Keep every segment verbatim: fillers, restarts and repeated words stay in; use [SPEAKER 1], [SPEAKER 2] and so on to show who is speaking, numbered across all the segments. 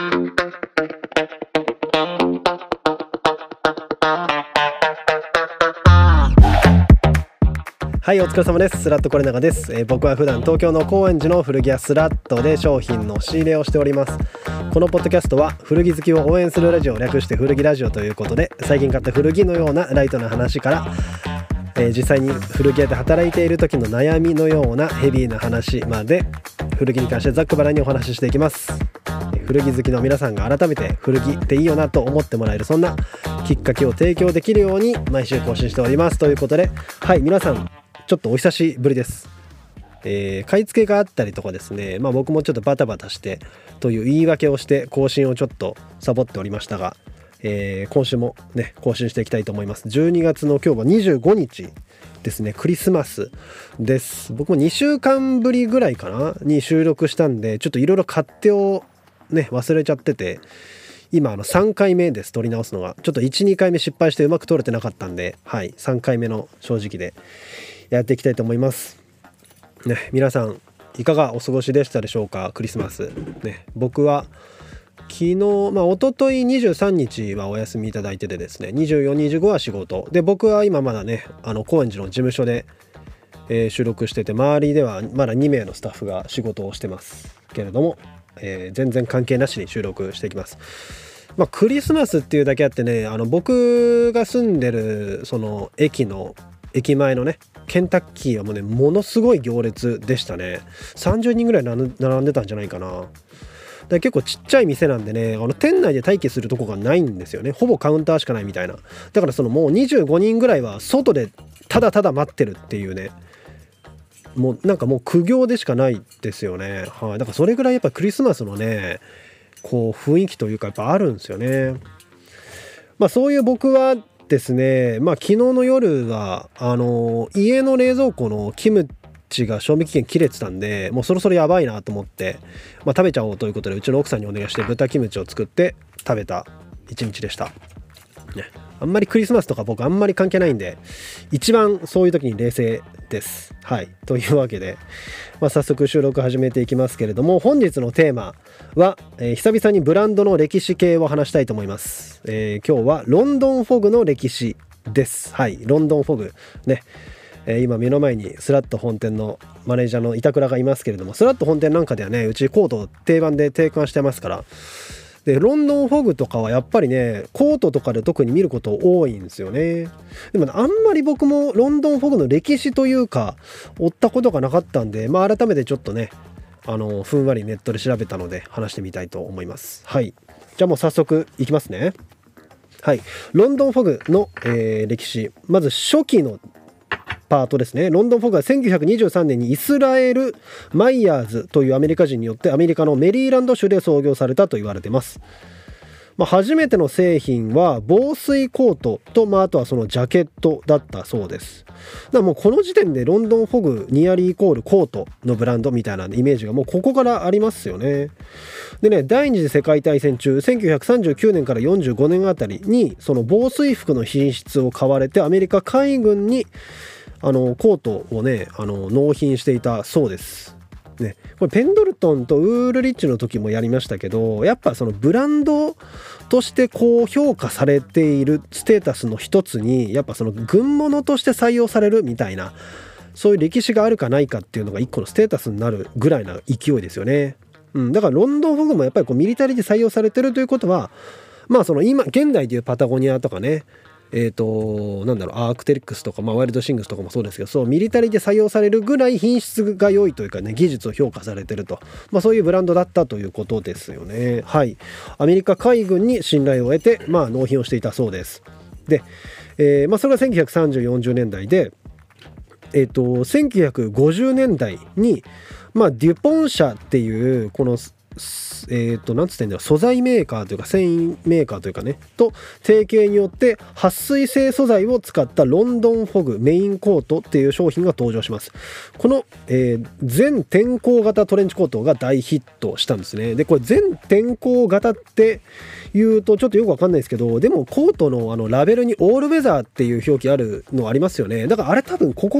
[SPEAKER 1] はい、お疲れ様です。スラットコレナガです、えー、僕は普段東京の高円寺の古着屋スラットで商品の仕入れをしております。このポッドキャストは古着好きを応援するラジオ、略して古着ラジオということで、最近買った古着のようなライトな話から、えー、実際に古着屋で働いている時の悩みのようなヘビーな話まで、古着に関してざっくばらんにお話ししていきます。古着好きの皆さんが改めて古着っていいよなと思ってもらえる、そんなきっかけを提供できるように毎週更新しておりますということで、はい、皆さんちょっとお久しぶりです。えー、買い付けがあったりとかですね、まあ僕もちょっとバタバタしてという言い訳をして更新をちょっとサボっておりましたが、えー、今週もね更新していきたいと思います。じゅうにがつの今日はにじゅうごにちですね、クリスマスです。僕もにしゅうかんぶりぐらいかなに収録したんで、ちょっといろいろ勝手をね忘れちゃってて、今あのさんかいめです。撮り直すのがちょっと いち,に 回目失敗してうまく撮れてなかったんで、はい、さんかいめの正直でやっていきたいと思いますね。皆さんいかがお過ごしでしたでしょうか。クリスマスね、僕は昨日、まあ一昨日にじゅうさんにちはお休みいただいててですね、にじゅうよっか、にじゅうごは仕事で、僕は今まだねあの高円寺の事務所で、えー、収録してて、周りではまだにめいのスタッフが仕事をしてますけれども、えー、全然関係なしに収録していきます。まあ、クリスマスっていうだけあってね、あの僕が住んでるその駅の駅前のねケンタッキーはもうねものすごい行列でしたね。さんじゅうにんぐらい並んでたんじゃないかな。で結構ちっちゃい店なんでね、あの店内で待機するとこがないんですよね。ほぼカウンターしかないみたいな。だからそのもうにじゅうごにんぐらいは外でただただ待ってるっていうね、もうなんかもう苦行でしかないですよね。はい、だからそれぐらいやっぱクリスマスのねこう雰囲気というかやっぱあるんですよね。まあそういう僕はですね、まあ昨日の夜はあの家の冷蔵庫のキムチが賞味期限切れてたんで、もうそろそろやばいなと思って、まあ、食べちゃおうということでうちの奥さんにお願いして豚キムチを作って食べた一日でしたね。あんまりクリスマスとか僕あんまり関係ないんで、一番そういう時に冷静です。はい、というわけで、まあ、早速収録始めていきますけれども、本日のテーマは、えー、久々にブランドの歴史系を話したいと思います。えー、今日はロンドンフォグの歴史です。はい、ロンドンフォグね、えー、今目の前にスラット本店のマネージャーの板倉がいますけれども、スラット本店なんかではねうちコートを定番で定款してますから、でロンドンフォグとかはやっぱりねコートとかで特に見ること多いんですよね。でも、ね、あんまり僕もロンドンフォグの歴史というか追ったことがなかったんで、まあ改めてちょっとねあのふんわりネットで調べたので話してみたいと思います。はい、じゃあもう早速いきますね。はい、ロンドンフォグの、えー、歴史、まず初期のパートですね。ロンドンフォグはせんきゅうひゃくにじゅうさんねんにイスラエル・マイヤーズというアメリカ人によってアメリカのメリーランド州で創業されたと言われています。まあ、初めての製品は防水コートと、まあ、あとはそのジャケットだったそうです。だからもうこの時点でロンドンフォグニアリーイコールコートのブランドみたいなイメージがもうここからありますよね。でね、第二次世界大戦中せんきゅうひゃくさんじゅうきゅうねんからよんじゅうごねんあたりにその防水服の品質を買われてアメリカ海軍にあのコートをねあの納品していたそうですね。これペンドルトンとウールリッチの時もやりましたけど、やっぱそのブランドとしてこう評価されているステータスの一つにやっぱその軍物として採用されるみたいな、そういう歴史があるかないかっていうのが一個のステータスになるぐらいな勢いですよね。うん、だからロンドンフォグもやっぱりこうミリタリーで採用されてるということは、まあその今現代でいうパタゴニアとかね、えーとなんだろうアークテリックスとか、まあ、ワイルドシングスとかもそうですけど、そうミリタリーで採用されるぐらい品質が良いというかね、技術を評価されてると、まあ、そういうブランドだったということですよね。はい、アメリカ海軍に信頼を得て、まあ、納品をしていたそうです。で、えーまあ、それがせんきゅうひゃくさんじゅう、よんじゅうねんだいで、えーとせんきゅうひゃくごじゅうねんだいに、まあ、デュポン社っていうこのえーと、なんつってんだろう、素材メーカーというか繊維メーカーというかねと提携によって撥水性素材を使ったロンドンフォグメインコートっていう商品が登場します。この、えー、全天候型トレンチコートが大ヒットしたんですね。でこれ全天候型っていうとちょっとよくわかんないですけど、でもコートのあのラベルにオールウェザーっていう表記あるのありますよね。だからあれ多分ここ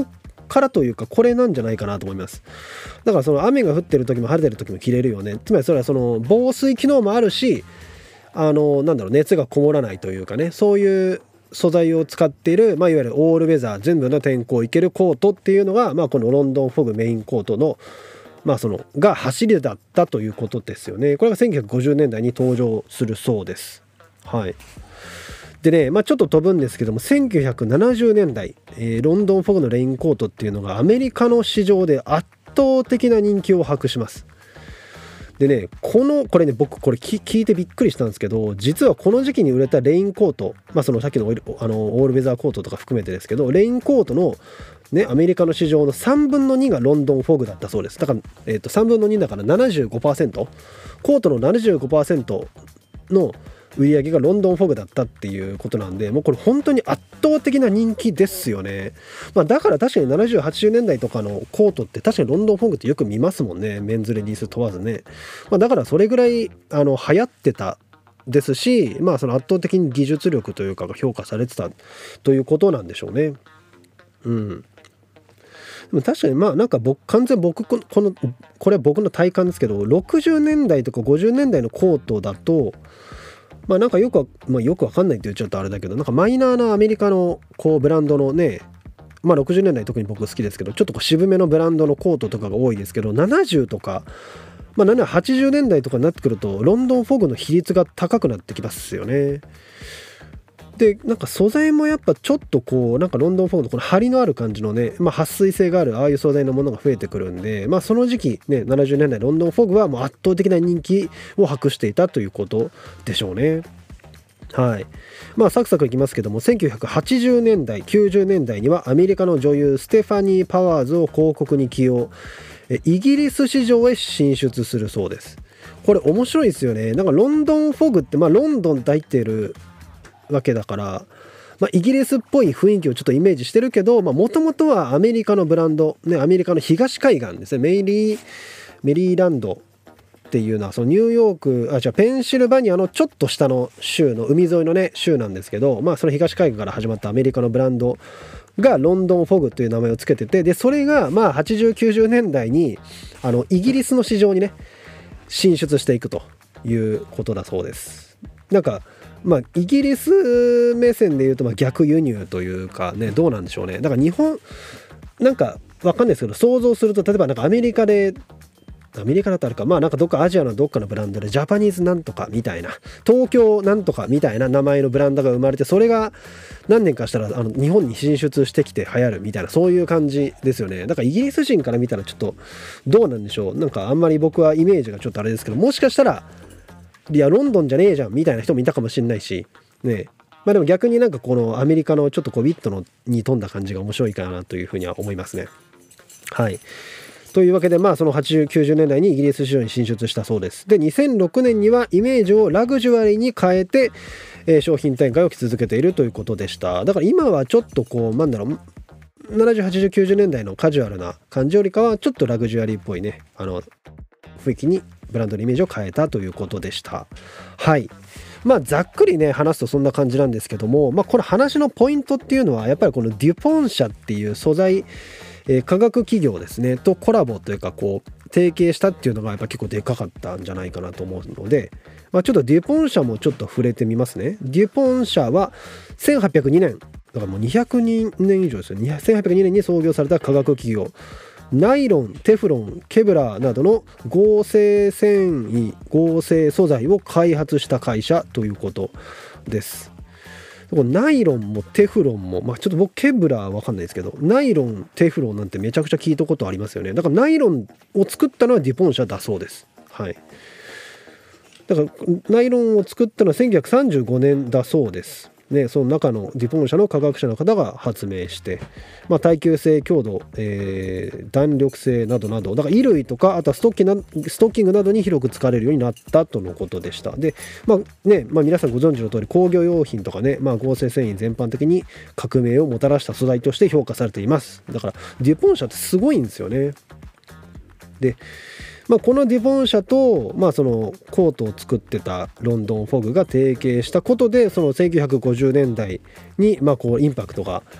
[SPEAKER 1] からというかこれなんじゃないかなと思います。だからその雨が降ってる時も晴れてる時も着れるよね。つまりそれはその防水機能もあるし、あのなんだろう熱がこもらないというかね、そういう素材を使っている、まあ、いわゆるオールウェザー全部の天候をいけるコートっていうのが、まあ、このロンドンフォグメインコートのまあそのが走りだったということですよね。これがせんきゅうひゃくごじゅうねんだいに登場するそうです。はい。でね、まあ、ちょっと飛ぶんですけどもせんきゅうひゃくななじゅうねんだい、えー、ロンドンフォグのレインコートっていうのがアメリカの市場で圧倒的な人気を博します。でね、このこれね僕これ聞いてびっくりしたんですけど、実はこの時期に売れたレインコート、まあそのさっきのあのオールウェザーコートとか含めてですけど、レインコートのねアメリカの市場のさんぶんのにがロンドンフォグだったそうです。だから、えー、とさんぶんのにだから ななじゅうごパーセント、 コートの ななじゅうごパーセント の売り上げがロンドンフォグだったっていうことなんで、もうこれ本当に圧倒的な人気ですよね。まあ、だから確かにななじゅう、はちじゅうねんだいとかのコートって確かにロンドンフォグってよく見ますもんね、メンズレディース問わずね。まあ、だからそれぐらいあの流行ってたですし、まあその圧倒的に技術力というかが評価されてたということなんでしょうね。うん。でも確かにまあなんか僕完全僕このこれは僕の体感ですけど、ろくじゅうねんだいとかごじゅうねんだいのコートだとまあなんかよく、まあ、よくわかんないって言っちゃうとあれだけど、なんかマイナーなアメリカのこうブランドのね、まあろくじゅうねんだい特に僕好きですけど、ちょっとこう渋めのブランドのコートとかが多いですけど、ななじゅうとか、まあなんならはちじゅうねんだいとかになってくるとロンドンフォグの比率が高くなってきますよね。でなんか素材もやっぱちょっとこうなんかロンドンフォグのこの張りのある感じのね、まあ、撥水性があるああいう素材のものが増えてくるんで、まあその時期ねななじゅうねんだいロンドンフォグはもう圧倒的な人気を博していたということでしょうね。はい。まあサクサクいきますけども、せんきゅうひゃくはちじゅうねんだいきゅうじゅうねんだいにはアメリカの女優ステファニー・パワーズを広告に起用、イギリス市場へ進出するそうです。これ面白いですよね。なんかロンドンフォグってまあロンドンって入ってるわけだから、まあ、イギリスっぽい雰囲気をちょっとイメージしてるけど、もともとはアメリカのブランド、ね、アメリカの東海岸ですね、メリーメリーランドっていうのはそのニューヨークあじゃあペンシルバニアのちょっと下の州の海沿いのね州なんですけど、まあその東海岸から始まったアメリカのブランドがロンドンフォグという名前をつけてて、でそれがまあはちじゅうきゅうじゅうねんだいにあのイギリスの市場にね進出していくということだそうです。なんかまあイギリス目線で言うとまあ逆輸入というかね、どうなんでしょうね。だから日本なんかわかんないですけど、想像すると例えばなんかアメリカでアメリカだったらかまあなんかどっかアジアのどっかのブランドでジャパニーズなんとかみたいな、東京なんとかみたいな名前のブランドが生まれて、それが何年かしたらあの日本に進出してきて流行るみたいな、そういう感じですよね。だからイギリス人から見たらちょっとどうなんでしょう。なんかあんまり僕はイメージがちょっとあれですけど、もしかしたらいやロンドンじゃねえじゃんみたいな人もいたかもしれないしね。まあでも逆になんかこのアメリカのちょっとこうビットのに富んだ感じが面白いかなというふうには思いますね。はい。というわけでまあそのはちじゅう、きゅうじゅうねんだいにイギリス市場に進出したそうです。でにせんろくねんにはイメージをラグジュアリーに変えて、えー、商品展開を続けているということでした。だから今はちょっとこうなんだろうななじゅう、はちじゅう、きゅうじゅうねんだいのカジュアルな感じよりかはちょっとラグジュアリーっぽいねあの雰囲気にブランドのイメージを変えたということでした。はい。まあざっくりね話すとそんな感じなんですけども、まあこの話のポイントっていうのはやっぱりこのデュポン社っていう素材えー、化学企業ですねとコラボというかこう提携したっていうのがやっぱ結構でかかったんじゃないかなと思うので、まあ、ちょっとデュポン社もちょっと触れてみますね。デュポン社はせんはっぴゃくにねんだからもうにひゃくねん以上ですよ。せんはっぴゃくにねんに創業された化学企業、ナイロン、テフロン、ケブラーなどの合成繊維合成素材を開発した会社ということです。ナイロンもテフロンも、まあ、ちょっと僕ケブラーわかんないですけど、ナイロンテフロンなんてめちゃくちゃ聞いたことありますよね。だからナイロンを作ったのはデュポン社だそうです。はい。だからナイロンを作ったのはせんきゅうひゃくさんじゅうごねんだそうです。ね、その中のデュポン社の科学者の方が発明して、まあ、耐久性、強度、えー、弾力性などなど、だから衣類とかあとはストッキなストッキングなどに広く使われるようになったとのことでした。で、まあねまあ、皆さんご存知の通り工業用品とかね、まあ、合成繊維全般的に革命をもたらした素材として評価されています。だからデュポン社ってすごいんですよね。でまあ、このデュポン社と、まあ、そのコートを作ってたロンドンフォグが提携したことで、そのせんきゅうひゃくごじゅうねんだいに、まあ、こうインパクトが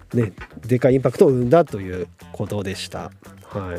[SPEAKER 1] ね、でかいインパクトを生んだということでした。はい、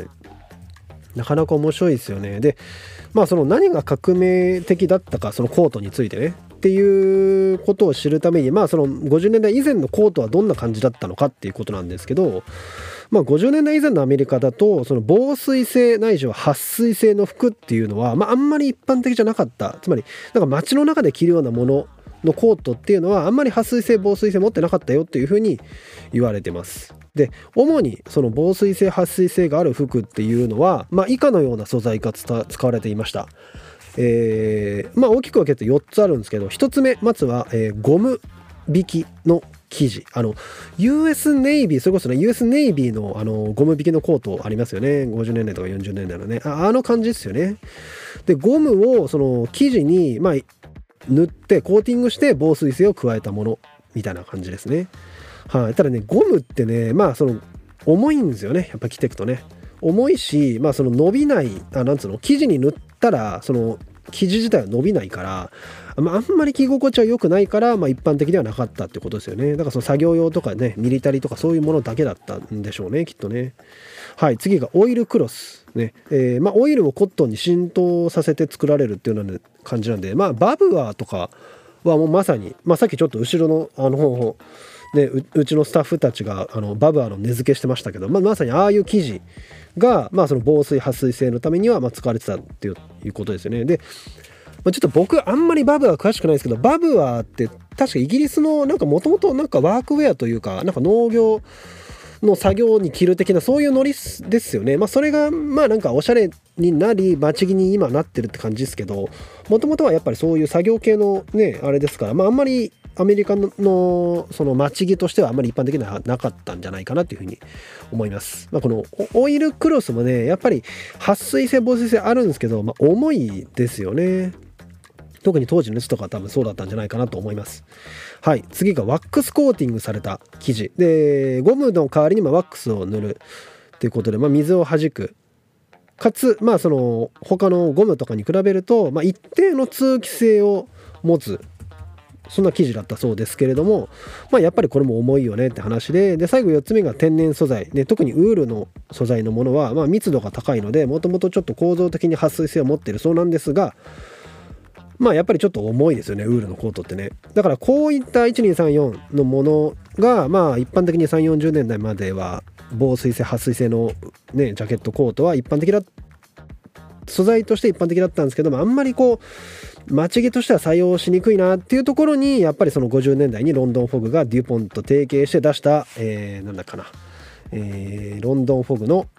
[SPEAKER 1] なかなか面白いですよね。でまあその何が革命的だったか、そのコートについてねっていうことを知るために、まあそのごじゅうねんだい以前のコートはどんな感じだったのかっていうことなんですけど、まあごじゅうねんだい以前のアメリカだとその防水性ないしは撥水性の服っていうのは、まああんまり一般的じゃなかった。つまりなんか街の中で着るようなもののコートっていうのはあんまり撥水性防水性持ってなかったよっていうふうに言われてます。で主にその防水性撥水性がある服っていうのは、まあ、以下のような素材が使われていました。えー、まあ大きく分けてよっつあるんですけど、ひとつめまずは、えー、ゴム引きの生地、あの ユーエス ネイビー、それこそね ユーエス ネイビーのあのゴム引きのコートありますよね。ごじゅうねんだいとかよんじゅうねんだいのね、あ、あの感じですよね。でゴムをその生地にまあ塗ってコーティングして防水性を加えたものみたいな感じですね。はい、ただねゴムってねまあその重いんですよね。やっぱ着ていくとね重いし、まあその伸びない、あなんつうの、生地に塗ったらその生地自体は伸びないから、まあ、あんまり着心地は良くないから、まあ、一般的ではなかったってことですよね。だからその作業用とかねミリタリーとかそういうものだけだったんでしょうね、きっとね。はい、次がオイルクロスね、えー、まあオイルをコットンに浸透させて作られるっていうような感じなんで、まあバブアーとかはもうまさに、まあ、さっきちょっと後ろのあのね、う, うちのスタッフたちがあのバブアーの根付けしてましたけど、まあ、まさにああいう生地が、まあ、その防水撥水性のためにはまあ使われてたっていういうことですよね。で、まあ、ちょっと僕あんまりバブアー詳しくないですけど、バブアーって確かイギリスのなんかもともとなんかワークウェアというかなんか農業の作業に着る的なそういうノリですよね。まあそれがまあなんかおしゃれになり街着に今なってるって感じですけど、もともとはやっぱりそういう作業系のねあれですから、まああんまりアメリカ の, のその街着としてはあんまり一般的にはなかったんじゃないかなというふうに思います。まあ、このオイルクロスもねやっぱり撥水性防水性あるんですけど、まあ、重いですよね。特に当時のやつとか多分そうだったんじゃないかなと思います。はい、次がワックスコーティングされた生地で、ゴムの代わりにまあワックスを塗るということで、まあ、水を弾くかつ、まあその他のゴムとかに比べると、まあ、一定の通気性を持つそんな生地だったそうですけれども、まあ、やっぱりこれも重いよねって話で、で最後よっつめが天然素材で、特にウールの素材のものはまあ密度が高いので、もともとちょっと構造的に撥水性を持っているそうなんですが、まあやっぱりちょっと重いですよね、ウールのコートってね。だからこういったいちにさんよんのものがまあ一般的にさんじゅうよんじゅうねんだいまでは防水性撥水性のねジャケットコートは一般的だ素材として一般的だったんですけども、あんまりこう街着としては採用しにくいなっていうところに、やっぱりそのごじゅうねんだいにロンドンフォグがデュポンと提携して出した、えー、なんだかな、えー、ロンドンフォグの、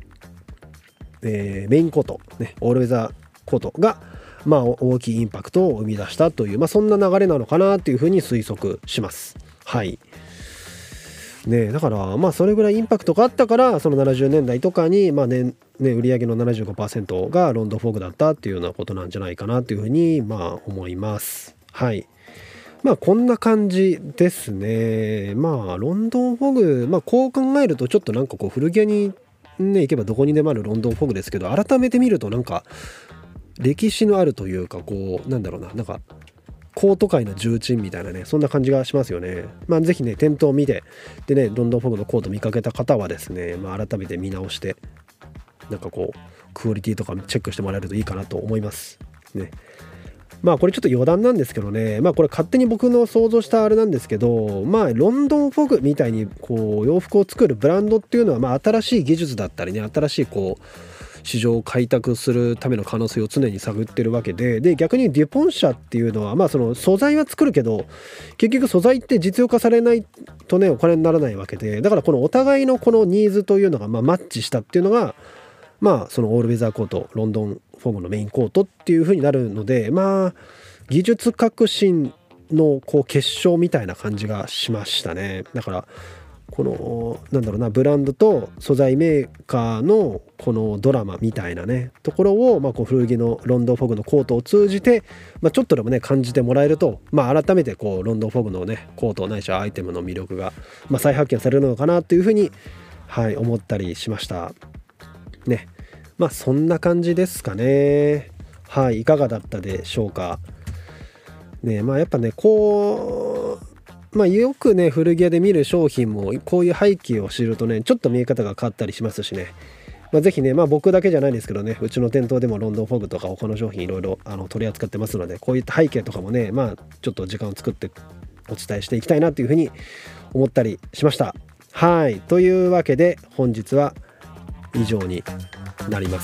[SPEAKER 1] えー、メインコート、ね、オールウェザーコートがまあ大きいインパクトを生み出したという、まあ、そんな流れなのかなというふうに推測します。はいね、だからまあそれぐらいインパクトがあったから、そのななじゅうねんだいとかにまあねね売上の ななじゅうごパーセント がロンドンフォグだったっていうようなことなんじゃないかなというふうにまあ思います。はい、まあこんな感じですね。まあロンドンフォグ、まあこう考えるとちょっとなんかこう古着屋にね行けばどこにでもあるロンドンフォグですけど、改めて見るとなんか歴史のあるというか、こうなんだろうな、なんかコート界の重鎮みたいなね、そんな感じがしますよね。まあぜひね店頭を見て、でねロンドンフォグのコート見かけた方はですね、まあ、改めて見直してなんかこうクオリティとかチェックしてもらえるといいかなと思いますね。まあこれちょっと余談なんですけどね、まあこれ勝手に僕の想像したあれなんですけど、まあロンドンフォグみたいにこう洋服を作るブランドっていうのは、まあ新しい技術だったりね、新しいこう市場を開拓するための可能性を常に探ってるわけで、で逆にデュポン社っていうのはまあその素材は作るけど、結局素材って実用化されないとねお金にならないわけで、だからこのお互いのこのニーズというのがまあマッチしたっていうのが、まあそのオールウェザーコート、ロンドンフォグのメインコートっていう風になるので、まあ技術革新のこう結晶みたいな感じがしましたね。だからこのなんだろうな、ブランドと素材メーカーのこのドラマみたいなねところを、まあこう古着のロンドンフォグのコートを通じて、まあ、ちょっとでもね感じてもらえると、まあ改めてこうロンドンフォグのねコートないしはアイテムの魅力が、まあ、再発見されるのかなというふうに、はい、思ったりしましたね。まあそんな感じですかね。はい、いかがだったでしょうかね。まあやっぱねこうまあよくね古着屋で見る商品もこういう背景を知るとねちょっと見え方が変わったりしますしね、まあ、ぜひね、まあ僕だけじゃないですけどね、うちの店頭でもロンドンフォグとか他の商品いろいろあの取り扱ってますので、こういった背景とかもね、まあちょっと時間を作ってお伝えしていきたいなというふうに思ったりしました。はい、というわけで本日は以上になります。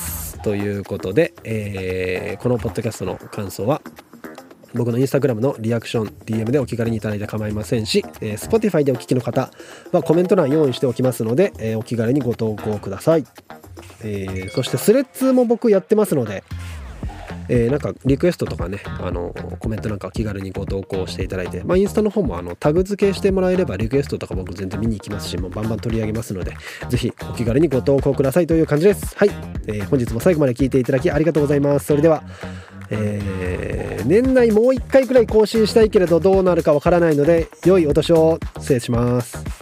[SPEAKER 1] ということで、えー、このポッドキャストの感想は僕のインスタグラムのリアクション ディーエム でお気軽にいただいて構いませんし、えー、Spotify でお聞きの方はコメント欄用意しておきますので、えー、お気軽にご投稿ください。えー、そしてスレッズも僕やってますので、えー、なんかリクエストとかね、あのコメントなんか気軽にご投稿していただいて、まあ、インスタの方もあのタグ付けしてもらえればリクエストとか僕全然見に行きますし、もうバンバン取り上げますので、ぜひお気軽にご投稿くださいという感じです。はい、えー、本日も最後まで聞いていただきありがとうございます。それでは、えー、年内もういっかいくらい更新したいけれどどうなるかわからないので良いお年を。失礼します。